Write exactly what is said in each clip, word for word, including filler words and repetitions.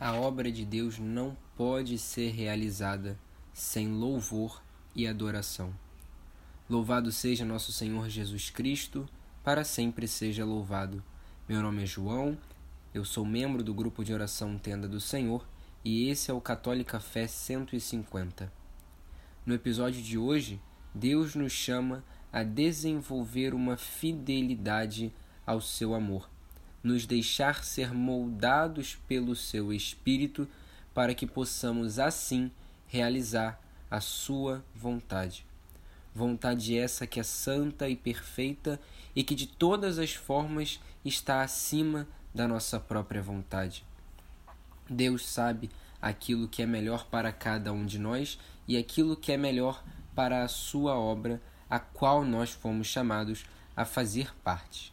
A obra de Deus não pode ser realizada sem louvor e adoração. Louvado seja nosso Senhor Jesus Cristo, para sempre seja louvado. Meu nome é João, eu sou membro do grupo de oração Tenda do Senhor e esse é o Católica Fé cento e cinquenta. No episódio de hoje, Deus nos chama a desenvolver uma fidelidade ao seu amor, nos deixar ser moldados pelo seu Espírito para que possamos assim realizar a sua vontade. Vontade essa que é santa e perfeita e que de todas as formas está acima da nossa própria vontade. Deus sabe aquilo que é melhor para cada um de nós e aquilo que é melhor para a sua obra, a qual nós fomos chamados a fazer parte.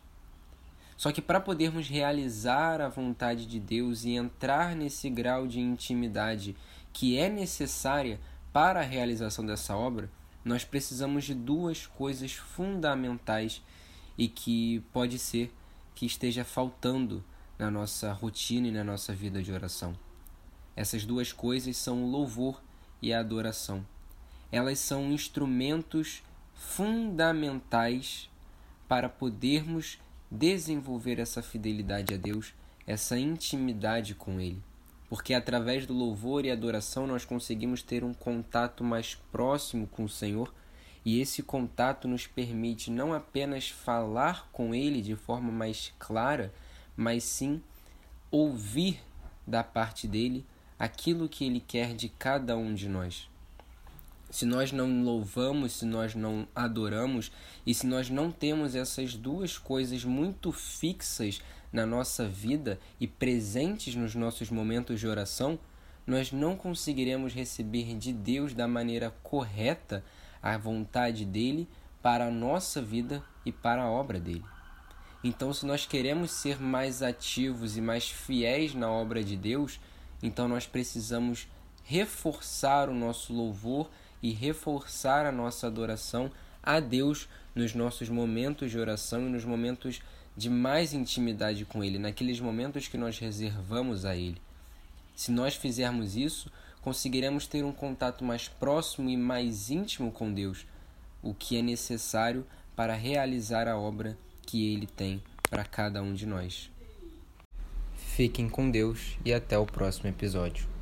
Só que para podermos realizar a vontade de Deus e entrar nesse grau de intimidade que é necessária para a realização dessa obra, nós precisamos de duas coisas fundamentais e que pode ser que esteja faltando na nossa rotina e na nossa vida de oração. Essas duas coisas são o louvor e a adoração. Elas são instrumentos fundamentais para podermos desenvolver essa fidelidade a Deus, essa intimidade com Ele. Porque através do louvor e adoração nós conseguimos ter um contato mais próximo com o Senhor e esse contato nos permite não apenas falar com Ele de forma mais clara, mas sim ouvir da parte dEle aquilo que Ele quer de cada um de nós. Se nós não louvamos, se nós não adoramos e se nós não temos essas duas coisas muito fixas na nossa vida e presentes nos nossos momentos de oração, nós não conseguiremos receber de Deus da maneira correta a vontade dEle para a nossa vida e para a obra dEle. Então, se nós queremos ser mais ativos e mais fiéis na obra de Deus, então nós precisamos reforçar o nosso louvor e reforçar a nossa adoração a Deus nos nossos momentos de oração e nos momentos de mais intimidade com Ele, naqueles momentos que nós reservamos a Ele. Se nós fizermos isso, conseguiremos ter um contato mais próximo e mais íntimo com Deus, o que é necessário para realizar a obra que Ele tem para cada um de nós. Fiquem com Deus e até o próximo episódio.